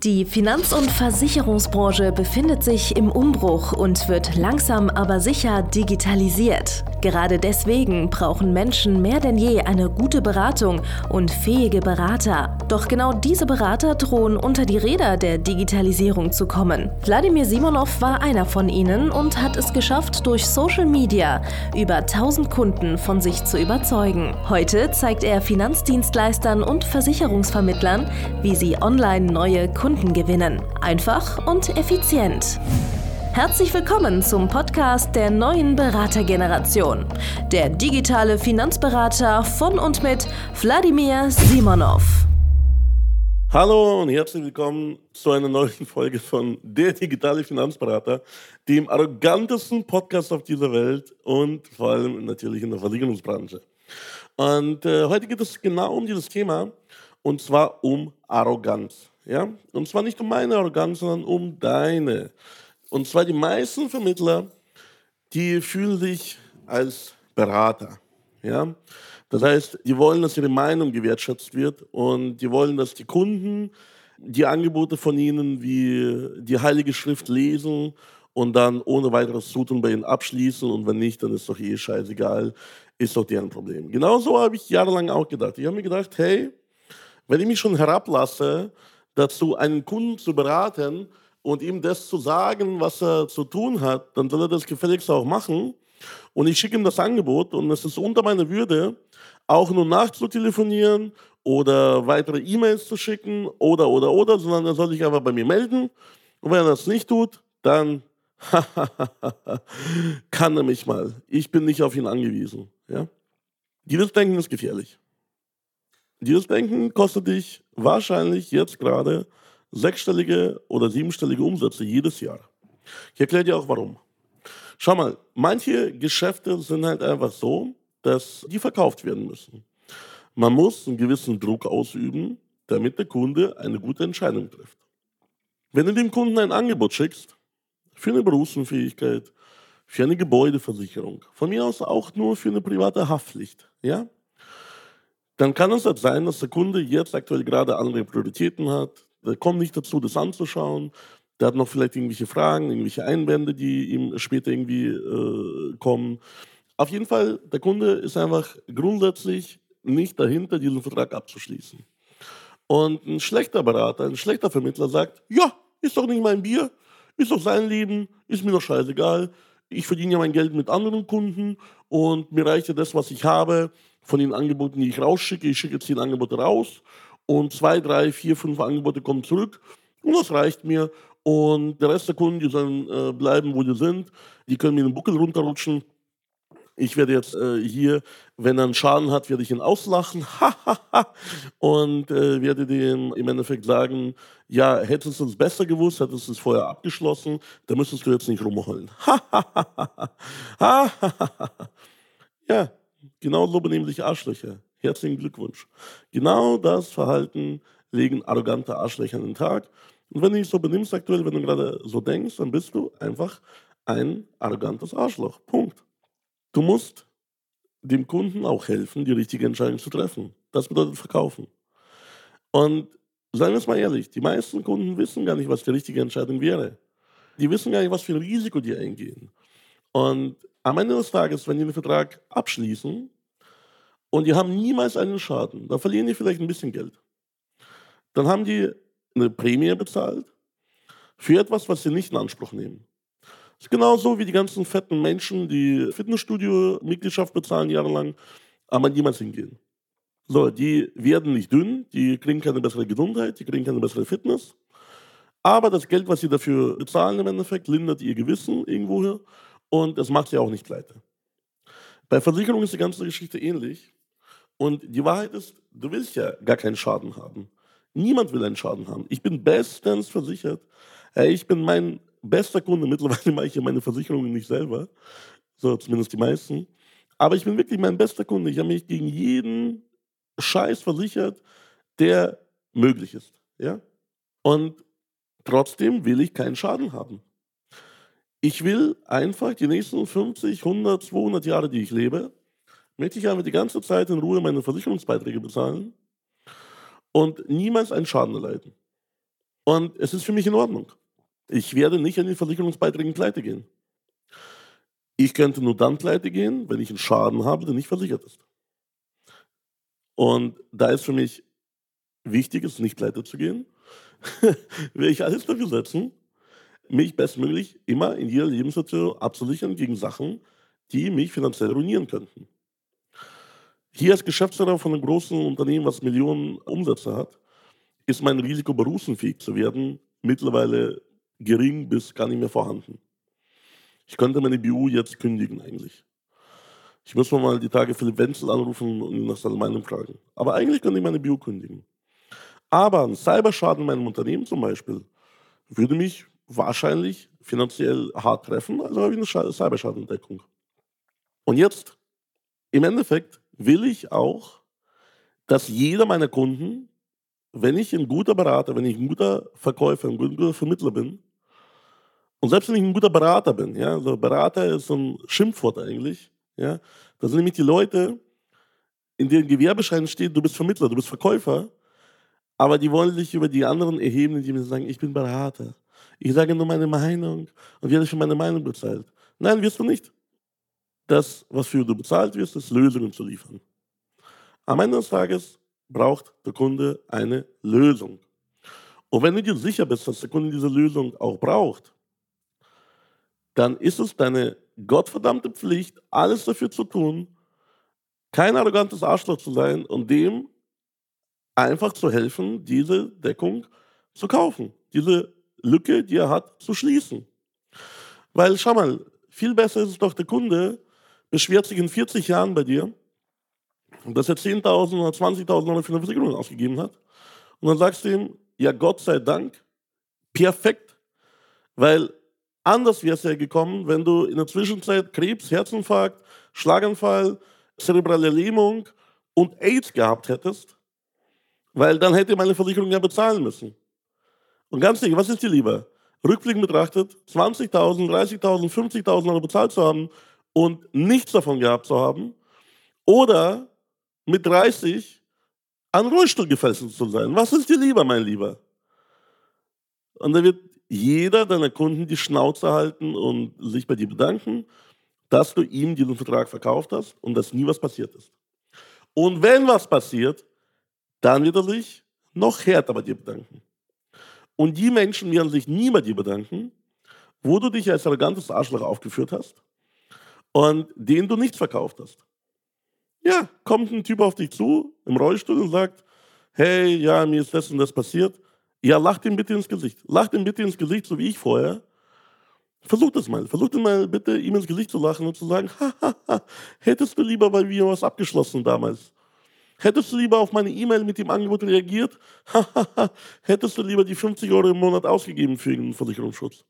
Die Finanz- und Versicherungsbranche befindet sich im Umbruch und wird langsam aber sicher digitalisiert. Gerade deswegen brauchen Menschen mehr denn je eine gute Beratung und fähige Berater. Doch genau diese Berater drohen unter die Räder der Digitalisierung zu kommen. Wladimir Simonov war einer von ihnen und hat es geschafft, durch Social Media über 1000 Kunden von sich zu überzeugen. Heute zeigt er Finanzdienstleistern und Versicherungsvermittlern, wie sie online neue Kunden gewinnen. Einfach und effizient. Herzlich willkommen zum Podcast der neuen Beratergeneration. Der digitale Finanzberater von und mit Wladimir Simonov. Hallo und herzlich willkommen zu einer neuen Folge von Der digitale Finanzberater, dem arrogantesten Podcast auf dieser Welt und vor allem natürlich in der Versicherungsbranche. Und heute geht es genau um dieses Thema, und zwar um Arroganz. Ja? Und zwar nicht um meine Arroganz, sondern um deine. Und zwar die meisten Vermittler, die fühlen sich als Berater. Ja? Das heißt, die wollen, dass ihre Meinung gewertschätzt wird und die wollen, dass die Kunden die Angebote von ihnen wie die Heilige Schrift lesen und dann ohne weiteres Zutun bei ihnen abschließen, und wenn nicht, dann ist doch eh scheißegal, ist doch deren Problem. Genauso habe ich jahrelang auch gedacht. Ich habe mir gedacht, hey, wenn ich mich schon herablasse, dazu einen Kunden zu beraten und ihm das zu sagen, was er zu tun hat, dann soll er das gefälligst auch machen. Und ich schicke ihm das Angebot und es ist unter meiner Würde, auch nur nachzutelefonieren oder weitere E-Mails zu schicken oder, sondern er soll sich einfach bei mir melden. Und wenn er das nicht tut, dann kann er mich mal. Ich bin nicht auf ihn angewiesen. Ja? Dieses Denken ist gefährlich. Dieses Denken kostet dich wahrscheinlich jetzt gerade sechsstellige oder siebenstellige Umsätze jedes Jahr. Ich erkläre dir auch warum. Schau mal, manche Geschäfte sind halt einfach so, dass die verkauft werden müssen. Man muss einen gewissen Druck ausüben, damit der Kunde eine gute Entscheidung trifft. Wenn du dem Kunden ein Angebot schickst, für eine Berufsunfähigkeit, für eine Gebäudeversicherung, von mir aus auch nur für eine private Haftpflicht, ja, dann kann es halt sein, dass der Kunde jetzt aktuell gerade andere Prioritäten hat. Der kommt nicht dazu, das anzuschauen. Der hat noch vielleicht irgendwelche Fragen, irgendwelche Einwände, die ihm später irgendwie kommen. Auf jeden Fall, der Kunde ist einfach grundsätzlich nicht dahinter, diesen Vertrag abzuschließen. Und ein schlechter Berater, ein schlechter Vermittler sagt, ja, ist doch nicht mein Bier, ist doch sein Leben, ist mir doch scheißegal. Ich verdiene ja mein Geld mit anderen Kunden und mir reicht ja das, was ich habe, von den Angeboten, die ich rausschicke. Ich schicke jetzt 10 Angebote raus und 2, 3, 4, 5 Angebote kommen zurück und das reicht mir. Und der Rest der Kunden, die sollen bleiben, wo die sind. Die können mir den Buckel runterrutschen. Ich werde jetzt hier, wenn er einen Schaden hat, werde ich ihn auslachen und werde dem im Endeffekt sagen, ja, hättest du es besser gewusst, hättest du es vorher abgeschlossen, dann müsstest du jetzt nicht rumheulen. Ja, genau so benehmen sich Arschlöcher. Herzlichen Glückwunsch. Genau das Verhalten legen arrogante Arschlöcher an den Tag. Und wenn du dich so benimmst aktuell, wenn du gerade so denkst, dann bist du einfach ein arrogantes Arschloch. Punkt. Du musst dem Kunden auch helfen, die richtige Entscheidung zu treffen. Das bedeutet verkaufen. Und seien wir es mal ehrlich, die meisten Kunden wissen gar nicht, was die richtige Entscheidung wäre. Die wissen gar nicht, was für ein Risiko die eingehen. Und am Ende des Tages, wenn die den Vertrag abschließen und die haben niemals einen Schaden, dann verlieren die vielleicht ein bisschen Geld. Dann haben die eine Prämie bezahlt für etwas, was sie nicht in Anspruch nehmen. Das ist genauso wie die ganzen fetten Menschen, die Fitnessstudio-Mitgliedschaft bezahlen jahrelang, aber niemals hingehen. So, die werden nicht dünn, die kriegen keine bessere Gesundheit, die kriegen keine bessere Fitness. Aber das Geld, was sie dafür bezahlen im Endeffekt, lindert ihr Gewissen irgendwoher und es macht sie auch nicht pleite. Bei Versicherung ist die ganze Geschichte ähnlich. Und die Wahrheit ist, du willst ja gar keinen Schaden haben. Niemand will einen Schaden haben. Ich bin bestens versichert. Ich bin mein bester Kunde. Mittlerweile mache ich ja meine Versicherungen nicht selber. So, zumindest die meisten. Aber ich bin wirklich mein bester Kunde. Ich habe mich gegen jeden Scheiß versichert, der möglich ist. Ja? Und trotzdem will ich keinen Schaden haben. Ich will einfach die nächsten 50, 100, 200 Jahre, die ich lebe, möchte ich einfach die ganze Zeit in Ruhe meine Versicherungsbeiträge bezahlen und niemals einen Schaden erleiden. Und es ist für mich in Ordnung. Ich werde nicht an den Versicherungsbeiträgen pleite gehen. Ich könnte nur dann pleite gehen, wenn ich einen Schaden habe, der nicht versichert ist. Und da ist für mich wichtig, es nicht pleite zu gehen, werde ich alles dafür setzen, mich bestmöglich immer in jeder Lebenssituation abzusichern gegen Sachen, die mich finanziell ruinieren könnten. Hier als Geschäftsführer von einem großen Unternehmen, was Millionen Umsätze hat, ist mein Risiko, berufsunfähig zu werden, mittlerweile gering bis gar nicht mehr vorhanden. Ich könnte meine BU jetzt kündigen eigentlich. Ich muss mal die Tage Philipp Wenzel anrufen und ihn nach seiner Meinung fragen. Aber eigentlich könnte ich meine BU kündigen. Aber ein Cyberschaden in meinem Unternehmen zum Beispiel würde mich wahrscheinlich finanziell hart treffen, also habe ich eine Cyberschadendeckung. Und jetzt, im Endeffekt, will ich auch, dass jeder meiner Kunden, wenn ich ein guter Berater, wenn ich ein guter Verkäufer, ein guter Vermittler bin, und selbst wenn ich ein guter Berater bin, ja, also Berater ist so ein Schimpfwort eigentlich, ja, das sind nämlich die Leute, in deren Gewerbeschein steht, du bist Vermittler, du bist Verkäufer, aber die wollen sich über die anderen erheben, indem sie sagen, ich bin Berater. Ich sage nur meine Meinung und werde für meine Meinung bezahlt. Nein, wirst du nicht. Das, wofür du bezahlt wirst, ist Lösungen zu liefern. Am Ende des Tages braucht der Kunde eine Lösung. Und wenn du dir sicher bist, dass der Kunde diese Lösung auch braucht, dann ist es deine gottverdammte Pflicht, alles dafür zu tun, kein arrogantes Arschloch zu sein und dem einfach zu helfen, diese Deckung zu kaufen, diese Lücke, die er hat, zu schließen. Weil, schau mal, viel besser ist es doch, der Kunde beschwert sich in 40 Jahren bei dir, dass er 10.000 oder 20.000 Euro für eine Versicherung ausgegeben hat. Und dann sagst du ihm, ja Gott sei Dank, perfekt, weil anders wäre es ja gekommen, wenn du in der Zwischenzeit Krebs, Herzinfarkt, Schlaganfall, zerebrale Lähmung und AIDS gehabt hättest, weil dann hätte meine Versicherung ja bezahlen müssen. Und ganz ehrlich, was ist dir lieber? Rückblickend betrachtet, 20.000, 30.000, 50.000 Euro bezahlt zu haben und nichts davon gehabt zu haben oder mit 30 an Rollstuhl gefesselt zu sein. Was ist dir lieber, mein Lieber? Und da wird jeder deiner Kunden die Schnauze halten und sich bei dir bedanken, dass du ihm diesen Vertrag verkauft hast und dass nie was passiert ist. Und wenn was passiert, dann wird er sich noch härter bei dir bedanken. Und die Menschen werden sich nie bei dir bedanken, wo du dich als arrogantes Arschloch aufgeführt hast und denen du nichts verkauft hast. Ja, kommt ein Typ auf dich zu im Rollstuhl und sagt, hey, ja, mir ist das und das passiert. Ja, lach ihm bitte ins Gesicht. Lach ihm bitte ins Gesicht, so wie ich vorher. Versuch das mal. Versuch mal bitte, ihm ins Gesicht zu lachen und zu sagen, hahaha, hättest du lieber bei mir was abgeschlossen damals? Hättest du lieber auf meine E-Mail mit dem Angebot reagiert? Hahaha, hättest du lieber die 50 Euro im Monat ausgegeben für den Versicherungsschutz?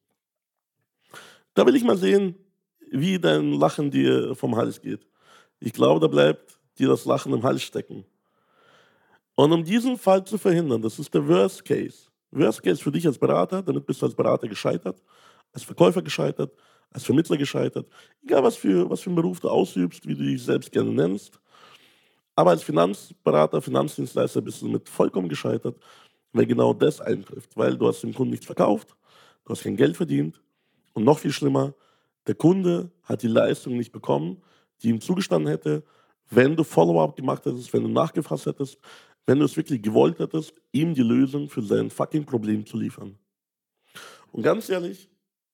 Da will ich mal sehen, wie dein Lachen dir vom Hals geht. Ich glaube, da bleibt dir das Lachen im Hals stecken. Und um diesen Fall zu verhindern, das ist der Worst Case. Worst Case für dich als Berater, damit bist du als Berater gescheitert, als Verkäufer gescheitert, als Vermittler gescheitert. Egal, was für einen Beruf du ausübst, wie du dich selbst gerne nennst. Aber als Finanzberater, Finanzdienstleister bist du damit vollkommen gescheitert, weil genau das eintrifft. Weil du hast dem Kunden nichts verkauft, du hast kein Geld verdient und noch viel schlimmer, der Kunde hat die Leistung nicht bekommen, die ihm zugestanden hätte, wenn du Follow-up gemacht hättest, wenn du nachgefasst hättest, wenn du es wirklich gewollt hättest, ihm die Lösung für sein fucking Problem zu liefern. Und ganz ehrlich,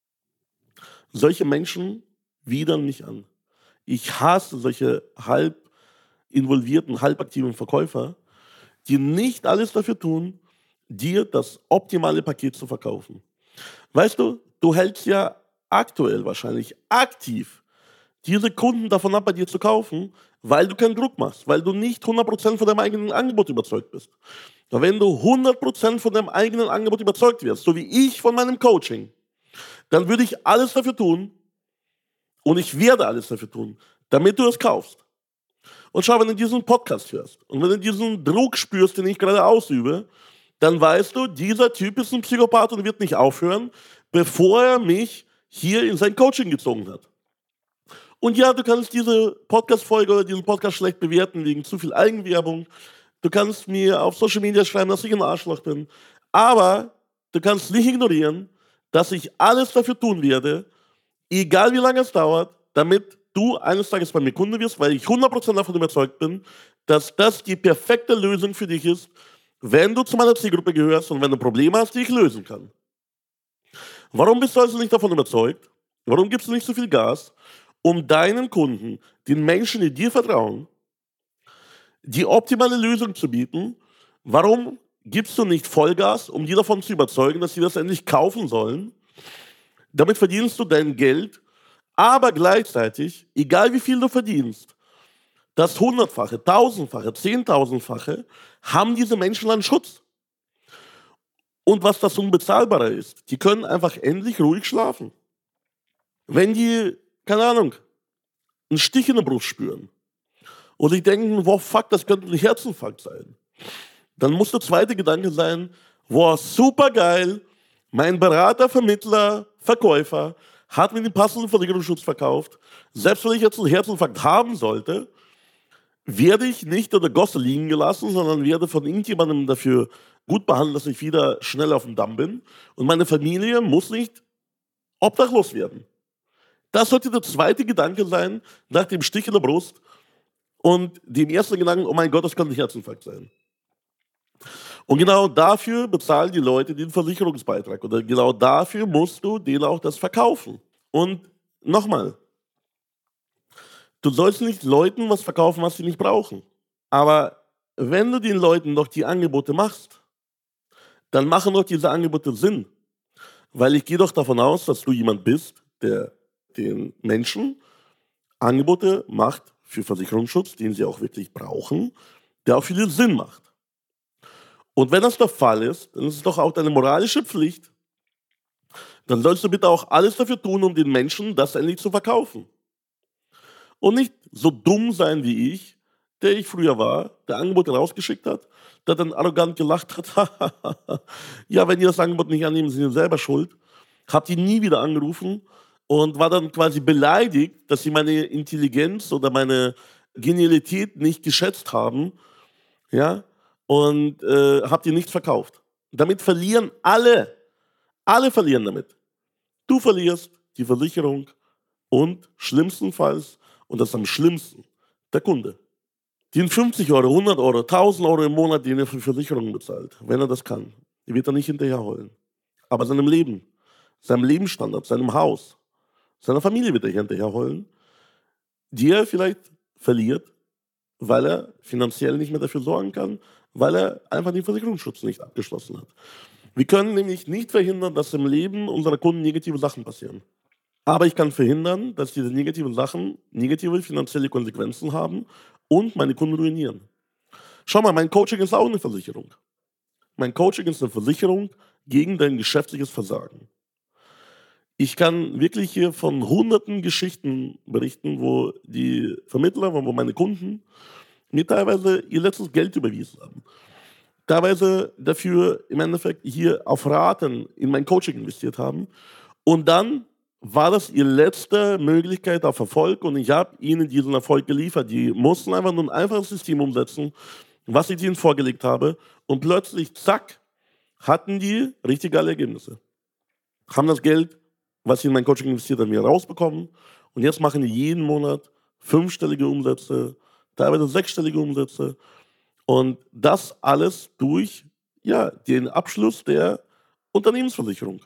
solche Menschen widern mich an. Ich hasse solche halb involvierten, halbaktiven Verkäufer, die nicht alles dafür tun, dir das optimale Paket zu verkaufen. Weißt du, du hältst ja aktuell wahrscheinlich aktiv diese Kunden davon ab, bei dir zu kaufen, weil du keinen Druck machst, weil du nicht 100% von deinem eigenen Angebot überzeugt bist. Aber wenn du 100% von deinem eigenen Angebot überzeugt wirst, so wie ich von meinem Coaching, dann würde ich alles dafür tun und ich werde alles dafür tun, damit du es kaufst. Und schau, wenn du diesen Podcast hörst und wenn du diesen Druck spürst, den ich gerade ausübe, dann weißt du, dieser Typ ist ein Psychopath und wird nicht aufhören, bevor er mich hier in sein Coaching gezogen hat. Und ja, du kannst diese Podcast-Folge oder diesen Podcast schlecht bewerten wegen zu viel Eigenwerbung. Du kannst mir auf Social Media schreiben, dass ich ein Arschloch bin. Aber du kannst nicht ignorieren, dass ich alles dafür tun werde, egal wie lange es dauert, damit du eines Tages bei mir Kunde wirst, weil ich 100% davon überzeugt bin, dass das die perfekte Lösung für dich ist, wenn du zu meiner Zielgruppe gehörst und wenn du Probleme hast, die ich lösen kann. Warum bist du also nicht davon überzeugt? Warum gibst du nicht so viel Gas, um deinen Kunden, den Menschen, die dir vertrauen, die optimale Lösung zu bieten? Warum gibst du nicht Vollgas, um die davon zu überzeugen, dass sie das endlich kaufen sollen? Damit verdienst du dein Geld, aber gleichzeitig, egal wie viel du verdienst, das Hundertfache, Tausendfache, Zehntausendfache haben diese Menschen einen Schutz. Und was das Unbezahlbare ist, die können einfach endlich ruhig schlafen. Wenn die, keine Ahnung, einen Stich in der Brust spüren oder die denken, wow, fuck, das könnte ein Herzinfarkt sein, dann muss der zweite Gedanke sein, wow, super geil, mein Berater, Vermittler, Verkäufer hat mir den passenden Versicherungsschutz verkauft. Selbst wenn ich jetzt einen Herzinfarkt haben sollte, werde ich nicht in der Gosse liegen gelassen, sondern werde von irgendjemandem dafür gut behandelt, dass ich wieder schnell auf dem Damm bin. Und meine Familie muss nicht obdachlos werden. Das sollte der zweite Gedanke sein, nach dem Stich in der Brust und dem ersten Gedanken, oh mein Gott, das könnte ein Herzinfarkt sein. Und genau dafür bezahlen die Leute den Versicherungsbeitrag. Oder genau dafür musst du denen auch das verkaufen. Und nochmal, du sollst nicht Leuten was verkaufen, was sie nicht brauchen. Aber wenn du den Leuten doch die Angebote machst, dann machen doch diese Angebote Sinn. Weil ich gehe doch davon aus, dass du jemand bist, der den Menschen Angebote macht für Versicherungsschutz, den sie auch wirklich brauchen, der auch viel Sinn macht. Und wenn das der Fall ist, dann ist es doch auch deine moralische Pflicht, dann sollst du bitte auch alles dafür tun, um den Menschen das endlich zu verkaufen. Und nicht so dumm sein wie ich, der ich früher war, der Angebote rausgeschickt hat, der dann arrogant gelacht hat. Ja, wenn ihr das Angebot nicht annehmen, sind ihr selber schuld. Habt ihr nie wieder angerufen und war dann quasi beleidigt, dass sie meine Intelligenz oder meine Genialität nicht geschätzt haben. Ja, und habt ihr nichts verkauft. Damit verlieren alle. Alle verlieren damit. Du verlierst, die Versicherung und schlimmstenfalls, und das ist am schlimmsten, der Kunde. Den 50 Euro, 100 Euro, 1000 Euro im Monat, den er für Versicherungen bezahlt, wenn er das kann, die wird er nicht hinterherholen. Aber seinem Leben, seinem Lebensstandard, seinem Haus, seiner Familie wird er hinterherholen, die er vielleicht verliert, weil er finanziell nicht mehr dafür sorgen kann, weil er einfach den Versicherungsschutz nicht abgeschlossen hat. Wir können nämlich nicht verhindern, dass im Leben unserer Kunden negative Sachen passieren. Aber ich kann verhindern, dass diese negativen Sachen negative finanzielle Konsequenzen haben und meine Kunden ruinieren. Schau mal, mein Coaching ist auch eine Versicherung. Mein Coaching ist eine Versicherung gegen dein geschäftliches Versagen. Ich kann wirklich hier von hunderten Geschichten berichten, wo die Vermittler, wo meine Kunden mir teilweise ihr letztes Geld überwiesen haben. Teilweise dafür im Endeffekt hier auf Raten in mein Coaching investiert haben. Und dann war das ihre letzte Möglichkeit auf Erfolg und ich habe ihnen diesen Erfolg geliefert. Die mussten einfach nur ein einfaches System umsetzen, was ich ihnen vorgelegt habe. Und plötzlich, zack, hatten die richtig geile Ergebnisse. Haben das Geld, was sie in mein Coaching investiert haben, wieder rausbekommen. Und jetzt machen die jeden Monat 5-stellige Umsätze, teilweise 6-stellige Umsätze. Und das alles durch den Abschluss der Unternehmensversicherung.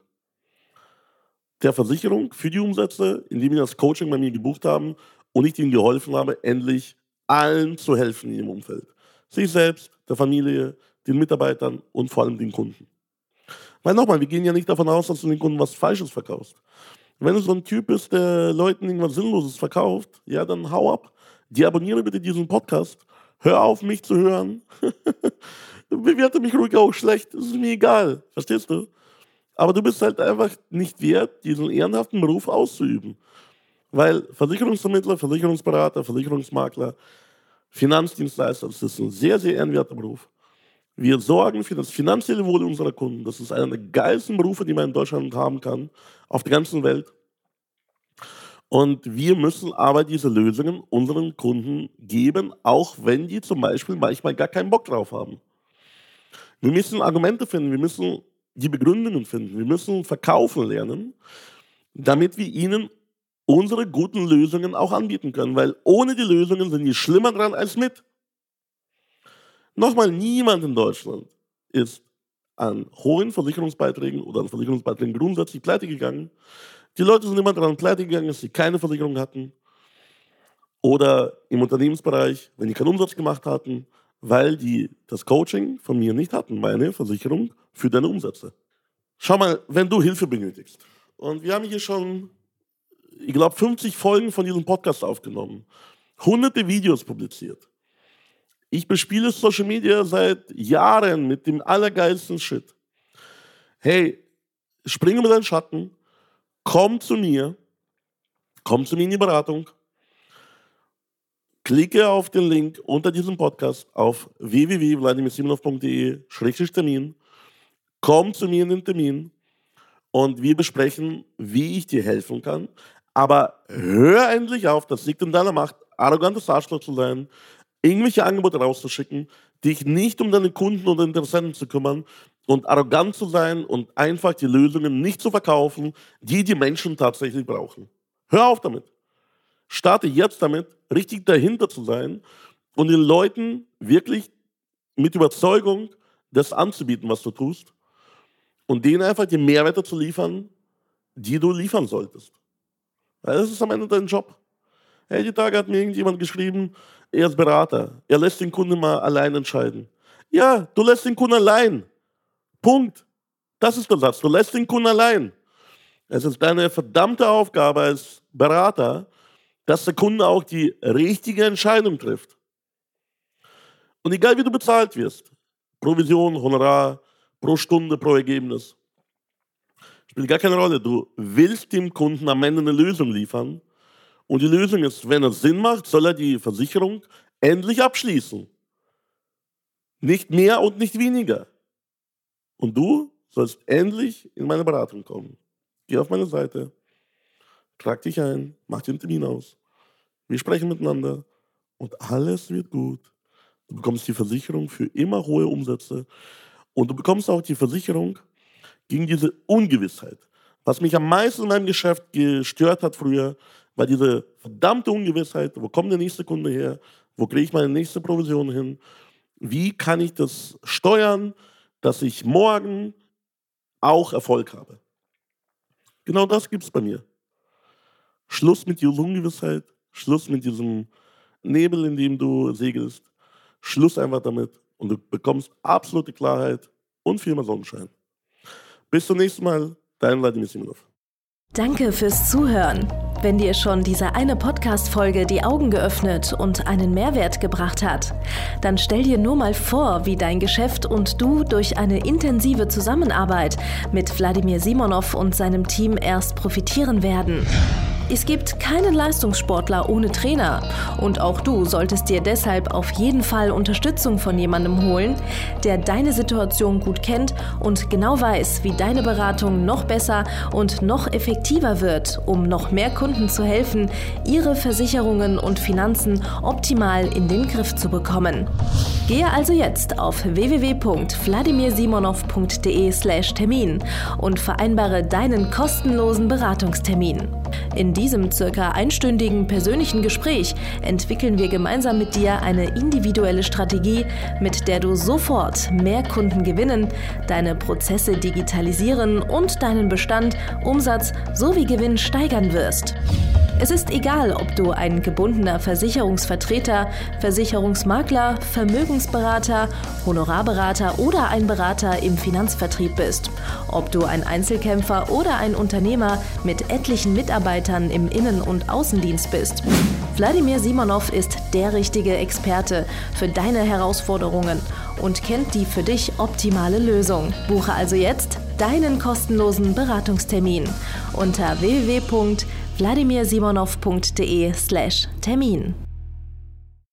Der Versicherung für die Umsätze, indem die das Coaching bei mir gebucht haben und ich ihnen geholfen habe, endlich allen zu helfen in ihrem Umfeld. Sich selbst, der Familie, den Mitarbeitern und vor allem den Kunden. Weil nochmal, wir gehen ja nicht davon aus, dass du den Kunden was Falsches verkaufst. Wenn du so ein Typ bist, der Leuten irgendwas Sinnloses verkauft, ja, dann hau ab. Deabonniere bitte diesen Podcast. Hör auf, mich zu hören. Bewerte mich ruhig auch schlecht. Das ist mir egal. Verstehst du? Aber du bist halt einfach nicht wert, diesen ehrenhaften Beruf auszuüben. Weil Versicherungsvermittler, Versicherungsberater, Versicherungsmakler, Finanzdienstleister, das ist ein sehr, sehr ehrenwerter Beruf. Wir sorgen für das finanzielle Wohl unserer Kunden. Das ist einer der geilsten Berufe, die man in Deutschland haben kann, auf der ganzen Welt. Und wir müssen aber diese Lösungen unseren Kunden geben, auch wenn die zum Beispiel manchmal gar keinen Bock drauf haben. Wir müssen Argumente finden, wir müssen die Begründungen finden. Wir müssen verkaufen lernen, damit wir ihnen unsere guten Lösungen auch anbieten können. Weil ohne die Lösungen sind die schlimmer dran als mit. Nochmal, niemand in Deutschland ist an hohen Versicherungsbeiträgen oder an Versicherungsbeiträgen grundsätzlich pleite gegangen. Die Leute sind immer daran pleite gegangen, dass sie keine Versicherung hatten. Oder im Unternehmensbereich, wenn die keinen Umsatz gemacht hatten, weil die das Coaching von mir nicht hatten, meine Versicherung für deine Umsätze. Schau mal, wenn du Hilfe benötigst, und wir haben hier schon, ich glaube, 50 Folgen von diesem Podcast aufgenommen, hunderte Videos publiziert. Ich bespiele Social Media seit Jahren mit dem allergeilsten Shit. Hey, spring über deinen Schatten, komm zu mir in die Beratung, klicke auf den Link unter diesem Podcast auf www.vladimirsimonov.de/Termin, komm zu mir in den Termin und wir besprechen, wie ich dir helfen kann. Aber hör endlich auf, das liegt in deiner Macht, arrogantes Arschloch zu sein, irgendwelche Angebote rauszuschicken, dich nicht um deine Kunden oder Interessenten zu kümmern und arrogant zu sein und einfach die Lösungen nicht zu verkaufen, die die Menschen tatsächlich brauchen. Hör auf damit. Starte jetzt damit, richtig dahinter zu sein und den Leuten wirklich mit Überzeugung das anzubieten, was du tust und denen einfach die Mehrwerte zu liefern, die du liefern solltest. Weil das ist am Ende dein Job. Hey, die Tage hat mir irgendjemand geschrieben, er ist Berater, er lässt den Kunden mal allein entscheiden. Ja, du lässt den Kunden allein. Punkt. Das ist der Satz, du lässt den Kunden allein. Es ist deine verdammte Aufgabe als Berater, dass der Kunde auch die richtige Entscheidung trifft. Und egal wie du bezahlt wirst, Provision, Honorar, pro Stunde, pro Ergebnis, spielt gar keine Rolle. Du willst dem Kunden am Ende eine Lösung liefern. Und die Lösung ist, wenn es Sinn macht, soll er die Versicherung endlich abschließen. Nicht mehr und nicht weniger. Und du sollst endlich in meine Beratung kommen. Geh auf meine Seite, trag dich ein, mach den Termin aus. Wir sprechen miteinander und alles wird gut. Du bekommst die Versicherung für immer hohe Umsätze und du bekommst auch die Versicherung gegen diese Ungewissheit. Was mich am meisten in meinem Geschäft gestört hat früher, war diese verdammte Ungewissheit, wo kommt der nächste Kunde her, wo kriege ich meine nächste Provision hin, wie kann ich das steuern, dass ich morgen auch Erfolg habe. Genau das gibt es bei mir. Schluss mit dieser Ungewissheit, Schluss mit diesem Nebel, in dem du segelst, Schluss einfach damit und du bekommst absolute Klarheit und viel mehr Sonnenschein. Bis zum nächsten Mal, dein Vladimir Simonov. Danke fürs Zuhören. Wenn dir schon diese eine Podcast-Folge die Augen geöffnet und einen Mehrwert gebracht hat, dann stell dir nur mal vor, wie dein Geschäft und du durch eine intensive Zusammenarbeit mit Vladimir Simonov und seinem Team erst profitieren werden. Es gibt keinen Leistungssportler ohne Trainer und auch du solltest dir deshalb auf jeden Fall Unterstützung von jemandem holen, der deine Situation gut kennt und genau weiß, wie deine Beratung noch besser und noch effektiver wird, um noch mehr Kunden zu helfen, ihre Versicherungen und Finanzen optimal in den Griff zu bekommen. Gehe also jetzt auf www.vladimirsimonov.de/Termin und vereinbare deinen kostenlosen Beratungstermin. In diesem circa einstündigen persönlichen Gespräch entwickeln wir gemeinsam mit dir eine individuelle Strategie, mit der du sofort mehr Kunden gewinnen, deine Prozesse digitalisieren und deinen Bestand, Umsatz sowie Gewinn steigern wirst. Es ist egal, ob du ein gebundener Versicherungsvertreter, Versicherungsmakler, Vermögensberater, Honorarberater oder ein Berater im Finanzvertrieb bist. Ob du ein Einzelkämpfer oder ein Unternehmer mit etlichen Mitarbeitern im Innen- und Außendienst bist. Vladimir Simonov ist der richtige Experte für deine Herausforderungen und kennt die für dich optimale Lösung. Buche also jetzt deinen kostenlosen Beratungstermin unter www.vladimirsimonov.de/Termin.